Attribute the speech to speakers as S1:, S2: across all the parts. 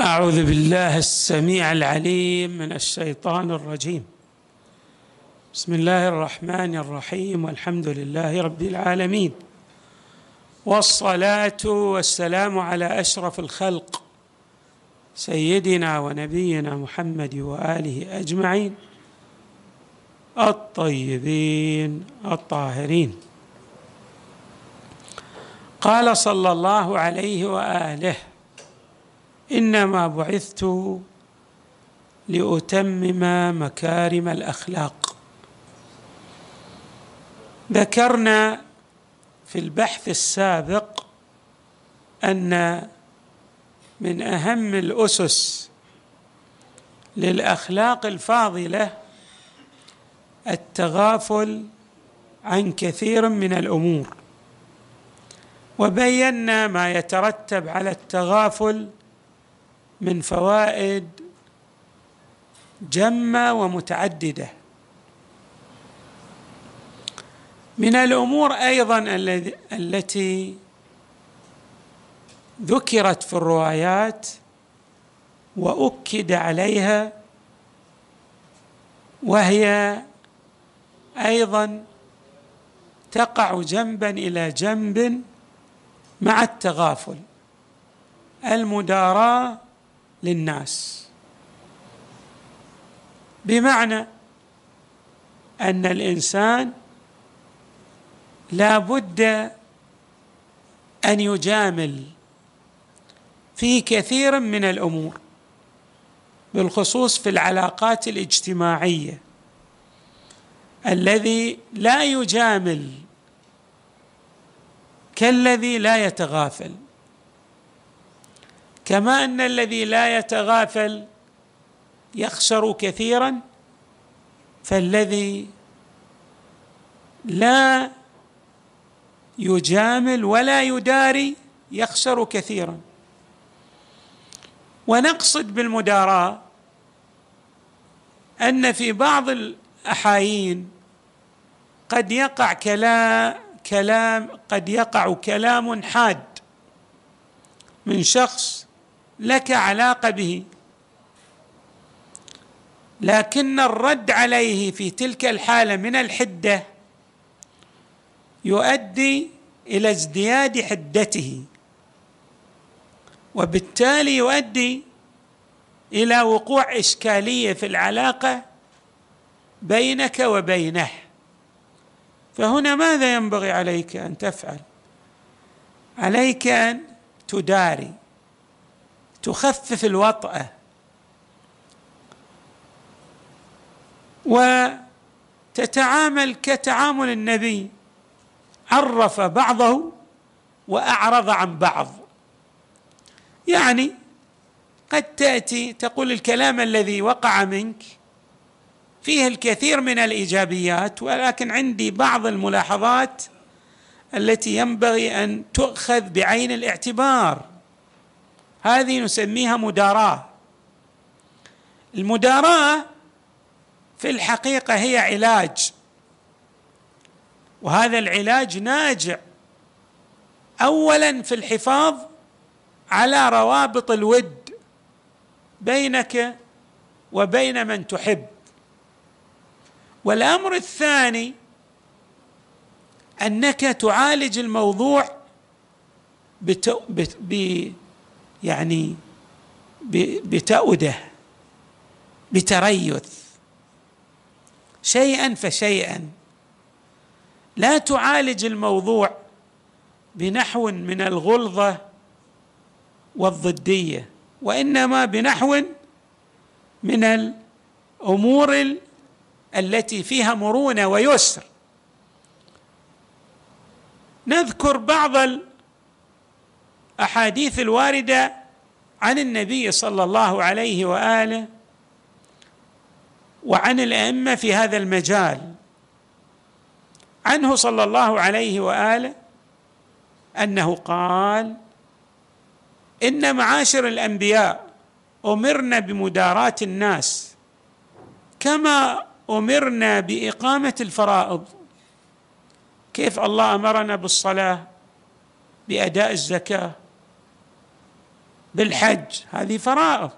S1: أعوذ بالله السميع العليم من الشيطان الرجيم. بسم الله الرحمن الرحيم، والحمد لله رب العالمين، والصلاة والسلام على أشرف الخلق سيدنا ونبينا محمد وآله أجمعين الطيبين الطاهرين. قال صلى الله عليه وآله: إنما بعثت لأتمم مكارم الأخلاق. ذكرنا في البحث السابق أن من أهم الأسس للأخلاق الفاضلة التغافل عن كثير من الأمور، وبينا ما يترتب على التغافل من فوائد جمة ومتعددة. من الأمور أيضا التي ذكرت في الروايات وأكد عليها، وهي أيضا تقع جنبا إلى جنب مع التغافل، المداراة للناس، بمعنى أن الإنسان لا بد أن يجامل في كثير من الأمور، بالخصوص في العلاقات الاجتماعية. الذي لا يجامل كالذي لا يتغافل، كما أن الذي لا يتغافل يخسر كثيرا، فالذي لا يجامل ولا يداري يخسر كثيرا. ونقصد بالمداراة أن في بعض الأحايين قد يقع كلام حاد من شخص لك علاقة به، لكن الرد عليه في تلك الحالة من الحدة يؤدي إلى ازدياد حدته، وبالتالي يؤدي إلى وقوع إشكالية في العلاقة بينك وبينه. فهنا ماذا ينبغي عليك أن تفعل؟ عليك أن تداري، تخفف الوطأة، وتتعامل كتعامل النبي، عرف بعضه وأعرض عن بعض. يعني قد تأتي تقول الكلام الذي وقع منك فيه الكثير من الإيجابيات، ولكن عندي بعض الملاحظات التي ينبغي أن تؤخذ بعين الاعتبار. هذه نسميها مداراة. المداراة في الحقيقة هي علاج، وهذا العلاج ناجع أولا في الحفاظ على روابط الود بينك وبين من تحب، والأمر الثاني أنك تعالج الموضوع بتأوده، بتريث، شيئا فشيئا. لا تعالج الموضوع بنحو من الغلظة والضدية، وإنما بنحو من الأمور التي فيها مرونة ويسر. نذكر بعض الأحاديث الواردة عن النبي صلى الله عليه وآله وعن الأئمة في هذا المجال. عنه صلى الله عليه وآله أنه قال: إن معاشر الأنبياء أمرنا بمداراة الناس كما أمرنا بإقامة الفرائض. كيف الله أمرنا بالصلاة، بأداء الزكاة، بالحج، هذه فرائض.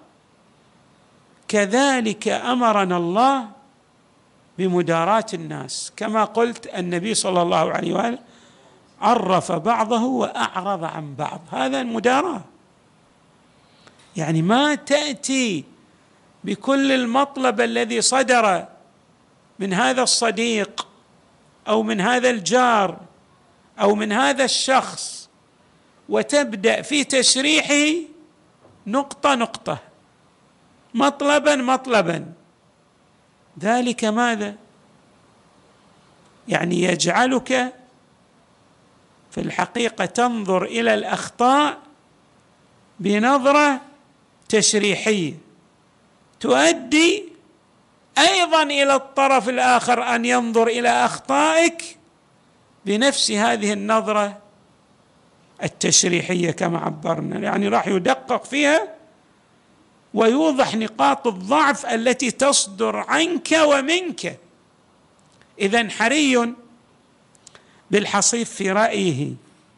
S1: كذلك أمرنا الله بمداراة الناس، كما قلت النبي صلى الله عليه وآله عرف بعضه وأعرض عن بعض، هذا المداراة. يعني ما تأتي بكل المطلب الذي صدر من هذا الصديق أو من هذا الجار أو من هذا الشخص وتبدأ في تشريحه نقطة نقطة، مطلبا مطلبا. ذلك ماذا؟ يعني يجعلك في الحقيقة تنظر إلى الأخطاء بنظرة تشريحية، تؤدي أيضا إلى الطرف الآخر أن ينظر إلى أخطائك بنفس هذه النظرة التشريحية كما عبرنا. يعني راح يدقق فيها ويوضح نقاط الضعف التي تصدر عنك ومنك. إذن حري بالحصيف في رأيه،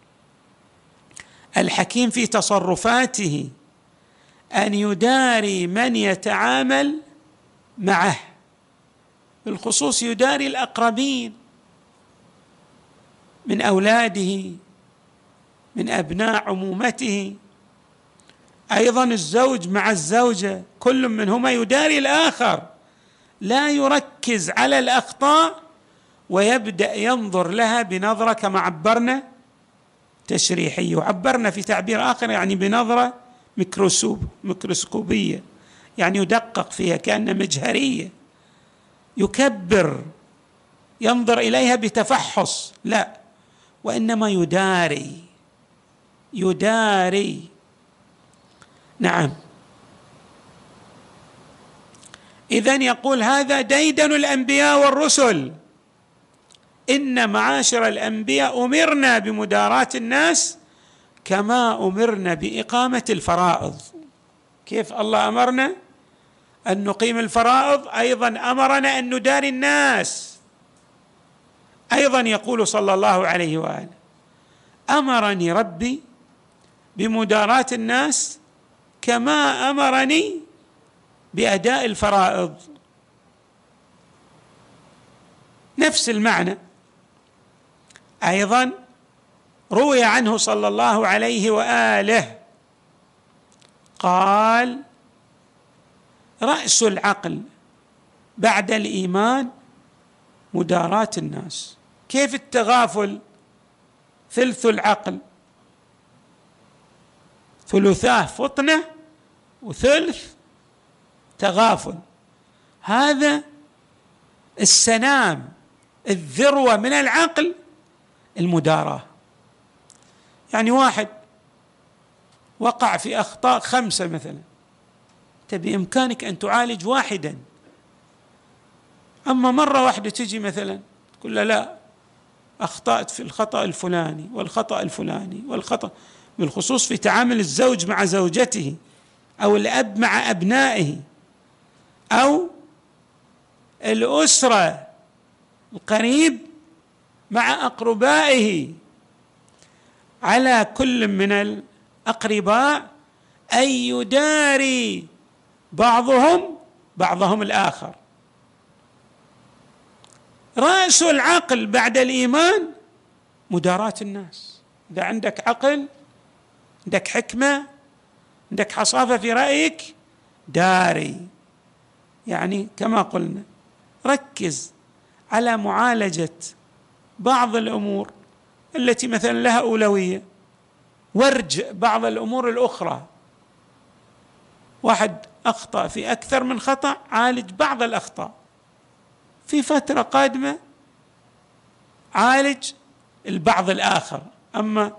S1: الحكيم في تصرفاته، أن يداري من يتعامل معه، بالخصوص يداري الأقربين من أولاده، من أبناء عمومته، أيضا الزوج مع الزوجة، كل منهما يداري الآخر، لا يركز على الأخطاء ويبدأ ينظر لها بنظرة كما عبرنا تشريحية، وعبرنا في تعبير آخر يعني بنظرة ميكروسكوبية، يعني يدقق فيها كأنها مجهرية، يكبر، ينظر إليها بتفحص، لا، وإنما يداري. نعم. إذن يقول هذا ديدن الأنبياء والرسل، إن معاشر الأنبياء أمرنا بمداراة الناس كما أمرنا بإقامة الفرائض. كيف الله أمرنا أن نقيم الفرائض، أيضا أمرنا أن نداري الناس. أيضا يقول صلى الله عليه وآله أمرني ربي بمداراة الناس كما أمرني بأداء الفرائض، نفس المعنى. أيضا روي عنه صلى الله عليه وآله قال رأس العقل بعد الإيمان مداراة الناس. كيف التغافل؟ ثلث العقل، ثلثاه فطنة وثلث تغافل. هذا السنام، الذروة من العقل المداراة. يعني واحد وقع في أخطاء 5 مثلا، بإمكانك أن تعالج واحدا، أما مرة واحدة تجي مثلا تقول له لا، أخطأت في الخطأ الفلاني والخطأ الفلاني والخطأ، بالخصوص في تعامل الزوج مع زوجته أو الأب مع أبنائه أو الأسرة القريب مع أقربائه. على كل من الأقرباء أن يداري بعضهم الآخر. رأس العقل بعد الإيمان مداراة الناس. إذا عندك عقل، عندك حكمة، عندك حصافة في رأيك، داري. يعني كما قلنا ركز على معالجة بعض الأمور التي مثلا لها أولوية، وارجع بعض الأمور الأخرى. واحد أخطأ في أكثر من خطأ، عالج بعض الأخطاء، في فترة قادمة عالج البعض الآخر. أما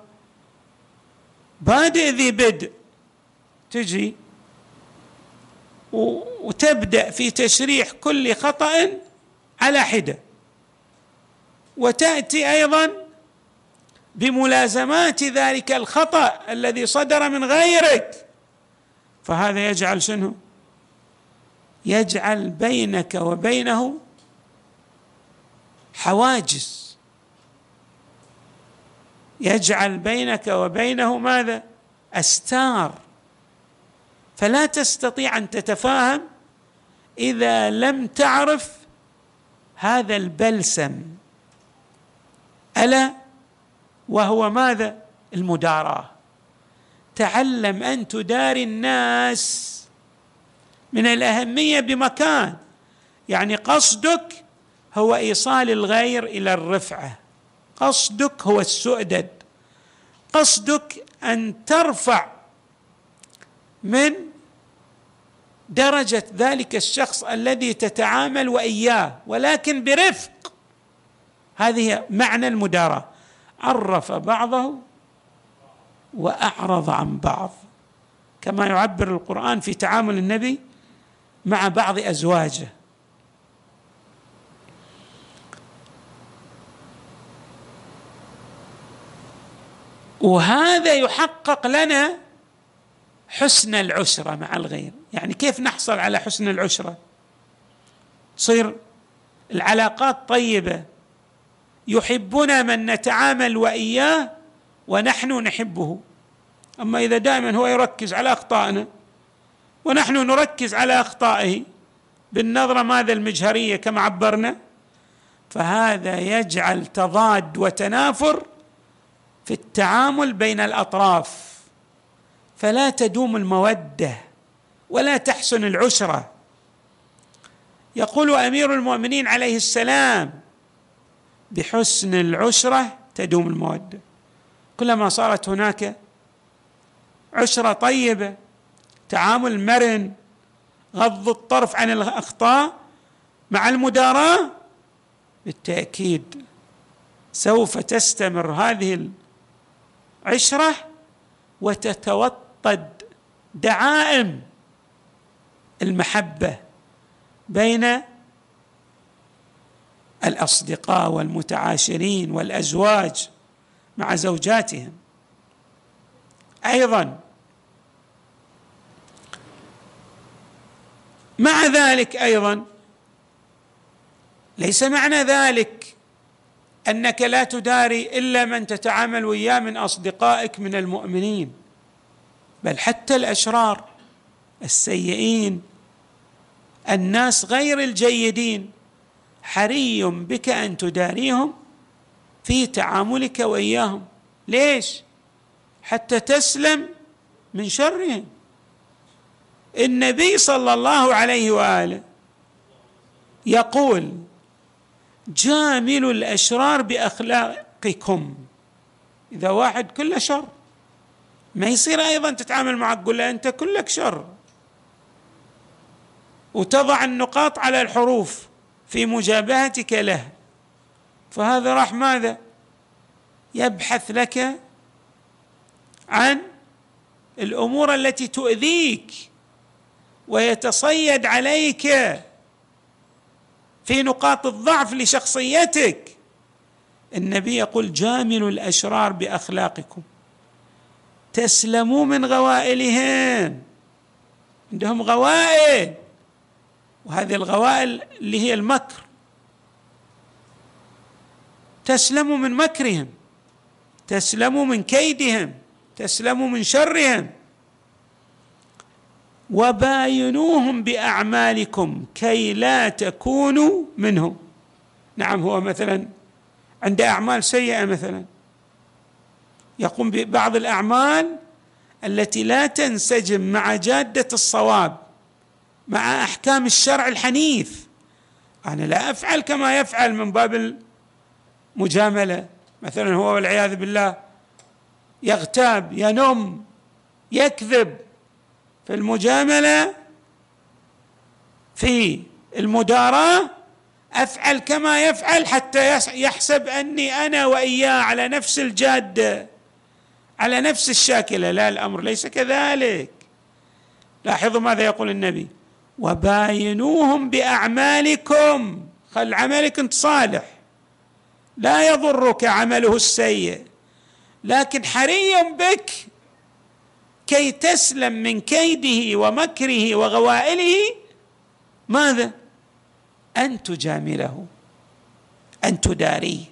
S1: بادئ ذي بدء تجي وتبدأ في تشريح كل خطأ على حدة، وتأتي أيضا بملازمات ذلك الخطأ الذي صدر من غيرك، فهذا يجعل شنو؟ يجعل بينك وبينه حواجز، يجعل بينك وبينه ماذا؟ أستار فلا تستطيع أن تتفاهم إذا لم تعرف هذا البلسم، ألا وهو ماذا؟ المداراة. تعلم أن تداري الناس من الأهمية بمكان، يعني قصدك هو إيصال الغير إلى الرفعة، قصدك هو السؤدد، قصدك أن ترفع من درجة ذلك الشخص الذي تتعامل وإياه، ولكن برفق. هذه معنى المداراة. عرف بعضه وأعرض عن بعض، كما يعبر القرآن في تعامل النبي مع بعض أزواجه. وهذا يحقق لنا حسن العشرة مع الغير. يعني كيف نحصل على حسن العشرة؟ تصير العلاقات طيبة، يحبنا من نتعامل وإياه ونحن نحبه. أما إذا دائما هو يركز على أخطائنا ونحن نركز على أخطائه بالنظرة ماذا المجهرية كما عبرنا، فهذا يجعل تضاد وتنافر في التعامل بين الأطراف، فلا تدوم المودة ولا تحسن العشرة. يقول أمير المؤمنين عليه السلام: بحسن العشرة تدوم المودة. كلما صارت هناك عشرة طيبة، تعامل مرن، غض الطرف عن الأخطاء مع المداراة، بالتأكيد سوف تستمر هذه العشرة وتتوطد دعائم المحبة بين الأصدقاء والمتعاشرين والأزواج مع زوجاتهم. أيضا مع ذلك أيضا ليس معنى ذلك أنك لا تداري إلا من تتعامل وياه من أصدقائك من المؤمنين، بل حتى الأشرار السيئين، الناس غير الجيدين، حري بك أن تداريهم في تعاملك وإياهم. ليش؟ حتى تسلم من شرهم. النبي صلى الله عليه وآله يقول: جاملوا الأشرار بأخلاقكم. إذا واحد كله شر ما يصير أيضا تتعامل معك تقول له أنت كلك شر، وتضع النقاط على الحروف في مجابهتك له. فهذا راح ماذا؟ يبحث لك عن الأمور التي تؤذيك ويتصيد عليك في نقاط الضعف لشخصيتك. النبي يقول: جاملوا الأشرار بأخلاقكم تسلموا من غوائلهم. عندهم غوائل، وهذه الغوائل اللي هي المكر، تسلموا من مكرهم، تسلموا من كيدهم، تسلموا من شرهم. وباينوهم بأعمالكم كي لا تكونوا منهم. نعم، هو مثلا عنده أعمال سيئة، مثلا يقوم ببعض الأعمال التي لا تنسجم مع جادة الصواب، مع أحكام الشرع الحنيف. أنا لا أفعل كما يفعل من باب المجاملة، مثلا هو والعياذ بالله يغتاب، ينم، يكذب. في المجاملة، في المداراة، أفعل كما يفعل حتى يحسب أني أنا وإياه على نفس الجادة، على نفس الشاكلة. لا، الأمر ليس كذلك. لاحظوا ماذا يقول النبي: وباينوهم بأعمالكم. خل عملك أنت صالح، لا يضرك عمله السيء، لكن حري بك كي تسلم من كيده ومكره وغوائله ماذا؟ أن تجامله، أن تداريه.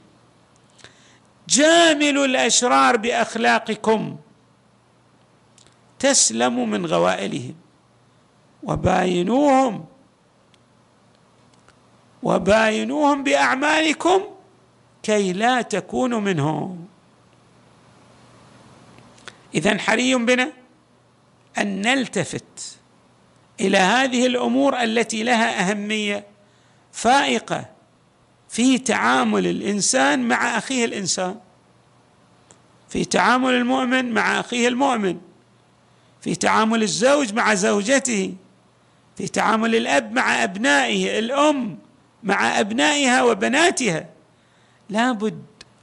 S1: جاملوا الأشرار بأخلاقكم تسلموا من غوائلهم. وباينوهم بأعمالكم كي لا تكونوا منهم. إذن حري بنا أن نلتفت إلى هذه الأمور التي لها أهمية فائقة في تعامل الإنسان مع أخيه الإنسان، في تعامل المؤمن مع أخيه المؤمن، في تعامل الزوج مع زوجته، في تعامل الأب مع أبنائه، الأم مع أبنائها وبناتها. لا بد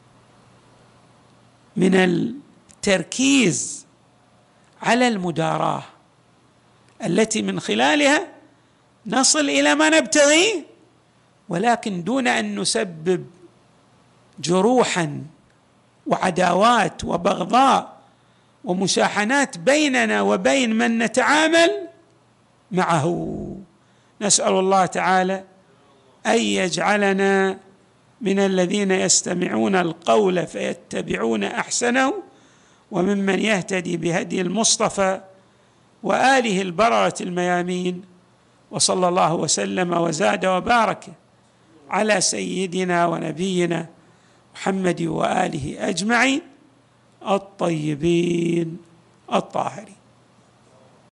S1: من التركيز على المداراة التي من خلالها نصل إلى ما نبتغيه، ولكن دون أن نسبب جروحا وعداوات وبغضاء ومشاحنات بيننا وبين من نتعامل معه. نسأل الله تعالى أن يجعلنا من الذين يستمعون القول فيتبعون أحسنه، وممن يهتدي بهدي المصطفى وآله البررة الميامين. وصلى الله وسلم وزاد وبارك على سيدنا ونبينا محمد وآله أجمعين الطيبين الطاهرين.